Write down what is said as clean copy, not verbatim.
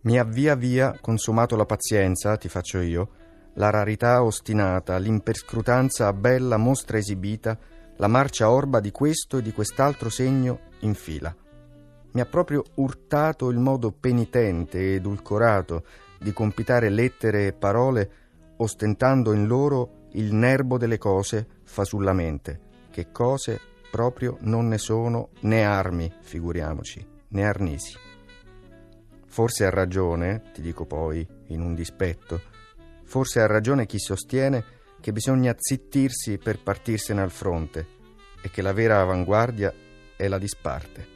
Mi ha via via consumato la pazienza, ti faccio io, la rarità ostinata, l'imperscrutanza a bella mostra esibita, la marcia orba di questo e di quest'altro segno in fila. Mi ha proprio urtato il modo penitente e edulcorato di compitare lettere e parole, ostentando in loro il nerbo delle cose fasullamente, che cose proprio non ne sono, né armi, figuriamoci, né arnesi. Forse ha ragione, ti dico poi, in un dispetto, forse ha ragione chi sostiene che bisogna zittirsi per partirsene al fronte e che la vera avanguardia è la disparte.